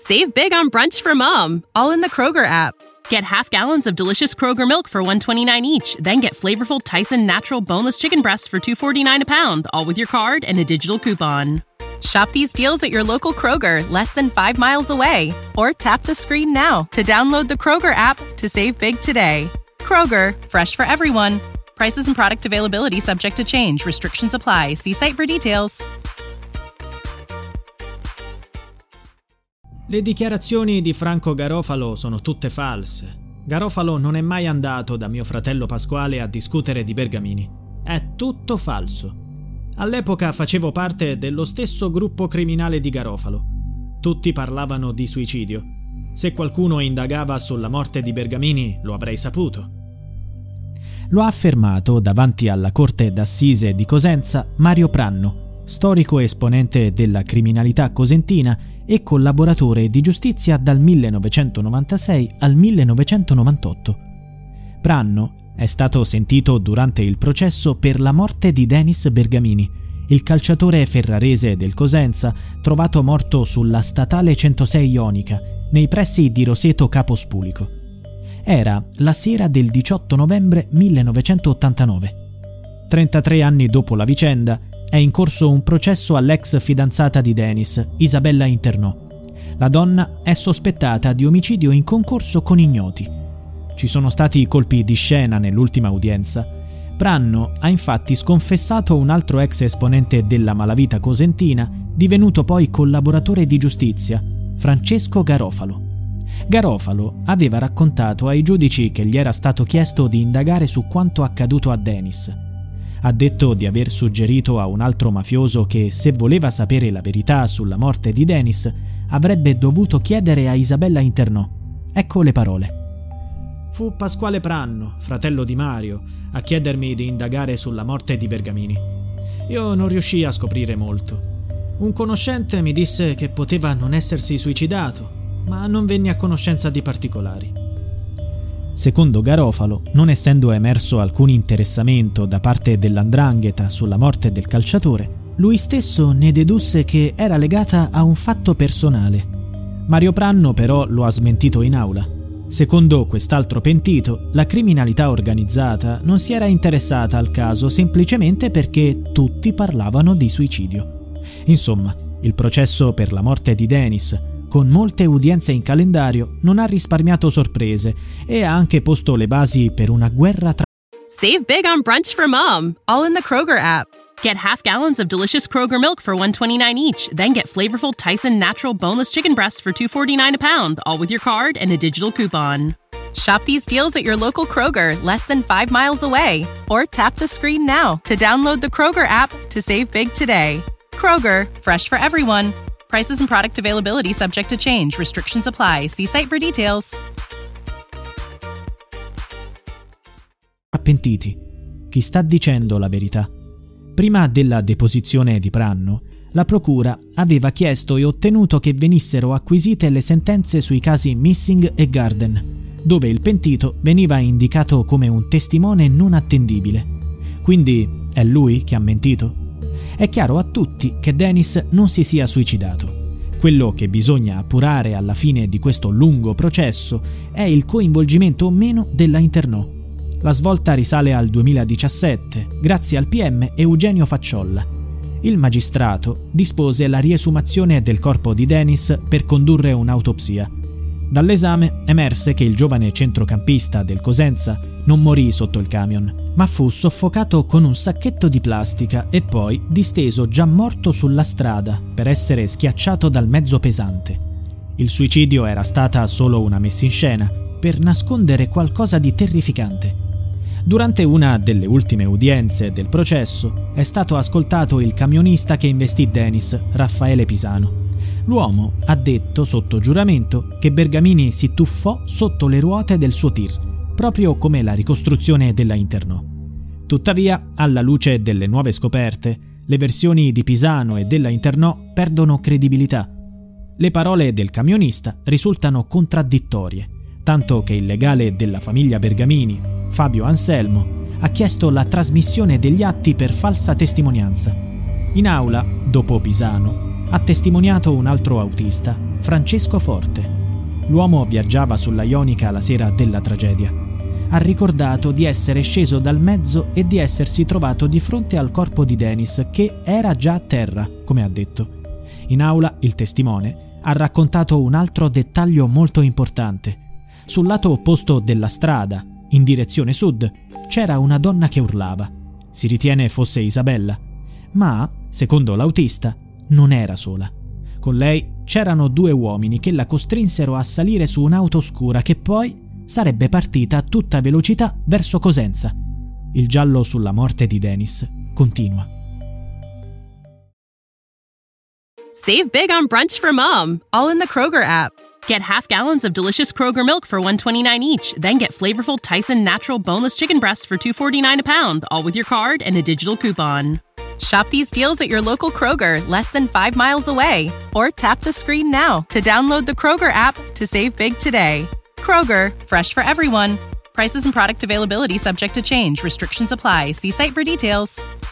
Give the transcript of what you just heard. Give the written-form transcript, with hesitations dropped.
Save big on brunch for mom, all in the Kroger app. Get half gallons of delicious Kroger milk for $1.29 each. Then get flavorful Tyson natural boneless chicken breasts for $2.49 a pound, all with your card and a digital coupon. Shop these deals at your local Kroger, less than 5 miles away. Or tap the screen now to download the Kroger app to save big today. Kroger, fresh for everyone. Prices and product availability subject to change. Restrictions apply. See site for details. Le dichiarazioni di Franco Garofalo sono tutte false. Garofalo non è mai andato da mio fratello Pasquale a discutere di Bergamini. È tutto falso. All'epoca facevo parte dello stesso gruppo criminale di Garofalo. Tutti parlavano di suicidio. Se qualcuno indagava sulla morte di Bergamini, lo avrei saputo. Lo ha affermato davanti alla Corte d'Assise di Cosenza Mario Pranno, storico esponente della criminalità cosentina e collaboratore di giustizia dal 1996 al 1998. Pranno è stato sentito durante il processo per la morte di Denis Bergamini, il calciatore ferrarese del Cosenza trovato morto sulla statale 106 Ionica, nei pressi di Roseto Capo Spulico. Era la sera del 18 novembre 1989. 33 anni dopo la vicenda, è in corso un processo all'ex fidanzata di Denis, Isabella Internò. La donna è sospettata di omicidio in concorso con ignoti. Ci sono stati colpi di scena nell'ultima udienza. Pranno ha infatti sconfessato un altro ex esponente della malavita cosentina, divenuto poi collaboratore di giustizia, Francesco Garofalo. Garofalo aveva raccontato ai giudici che gli era stato chiesto di indagare su quanto accaduto a Denis. Ha detto di aver suggerito a un altro mafioso che, se voleva sapere la verità sulla morte di Denis, avrebbe dovuto chiedere a Isabella Internò. Ecco le parole. Fu Pasquale Pranno, fratello di Mario, a chiedermi di indagare sulla morte di Bergamini. Io non riuscii a scoprire molto. Un conoscente mi disse che poteva non essersi suicidato, ma non venni a conoscenza di particolari. Secondo Garofalo, non essendo emerso alcun interessamento da parte dell''ndrangheta sulla morte del calciatore, lui stesso ne dedusse che era legata a un fatto personale. Mario Pranno però lo ha smentito in aula. Secondo quest'altro pentito, la criminalità organizzata non si era interessata al caso semplicemente perché tutti parlavano di suicidio. Insomma, il processo per la morte di Denis, con molte udienze in calendario, non ha risparmiato sorprese e ha anche posto le basi per una guerra tra... Save big on brunch for mom, all in the Kroger app. Get half gallons of delicious Kroger milk for $1.29 each. Then get flavorful Tyson natural boneless chicken breasts for $2.49 a pound, all with your card and a digital coupon. Shop these deals at your local Kroger, less than 5 miles away. Or tap the screen now to download the Kroger app to save big today. Kroger, fresh for everyone. Prices and product availability subject to change. Restrictions apply. See site for details. Pentiti. Chi sta dicendo la verità? Prima della deposizione di Pranno, la procura aveva chiesto e ottenuto che venissero acquisite le sentenze sui casi Missing e Garden, dove il pentito veniva indicato come un testimone non attendibile. Quindi è lui che ha mentito? È chiaro a tutti che Denis non si sia suicidato. Quello che bisogna appurare alla fine di questo lungo processo è il coinvolgimento o meno della Internò. La svolta risale al 2017, grazie al PM Eugenio Facciolla. Il magistrato dispose la riesumazione del corpo di Denis per condurre un'autopsia. Dall'esame emerse che il giovane centrocampista del Cosenza non morì sotto il camion, ma fu soffocato con un sacchetto di plastica e poi disteso già morto sulla strada per essere schiacciato dal mezzo pesante. Il suicidio era stata solo una messa in scena per nascondere qualcosa di terrificante. Durante una delle ultime udienze del processo è stato ascoltato il camionista che investì Denis, Raffaele Pisano. L'uomo ha detto sotto giuramento che Bergamini si tuffò sotto le ruote del suo tir, proprio come la ricostruzione della Internò. Tuttavia, alla luce delle nuove scoperte, le versioni di Pisano e della Internò perdono credibilità. Le parole del camionista risultano contraddittorie, tanto che il legale della famiglia Bergamini, Fabio Anselmo, ha chiesto la trasmissione degli atti per falsa testimonianza. In aula, dopo Pisano, ha testimoniato un altro autista, Francesco Forte. L'uomo viaggiava sulla Ionica la sera della tragedia. Ha ricordato di essere sceso dal mezzo e di essersi trovato di fronte al corpo di Denis, che era già a terra, come ha detto. In aula il testimone ha raccontato un altro dettaglio molto importante. Sul lato opposto della strada, in direzione sud, c'era una donna che urlava. Si ritiene fosse Isabella, ma, secondo l'autista, non era sola. Con lei c'erano 2 uomini che la costrinsero a salire su un'auto scura che poi sarebbe partita a tutta velocità verso Cosenza. Il giallo sulla morte di Denis continua. Save big on brunch for mom, all in the Kroger app. Get half gallons of delicious Kroger milk for $1.29 each, then get flavorful Tyson natural boneless chicken breasts for $2.49 a pound, all with your card and a digital coupon. Shop these deals at your local Kroger, less than 5 miles away. Or tap the screen now to download the Kroger app to save big today. Kroger, fresh for everyone. Prices and product availability subject to change. Restrictions apply. See site for details.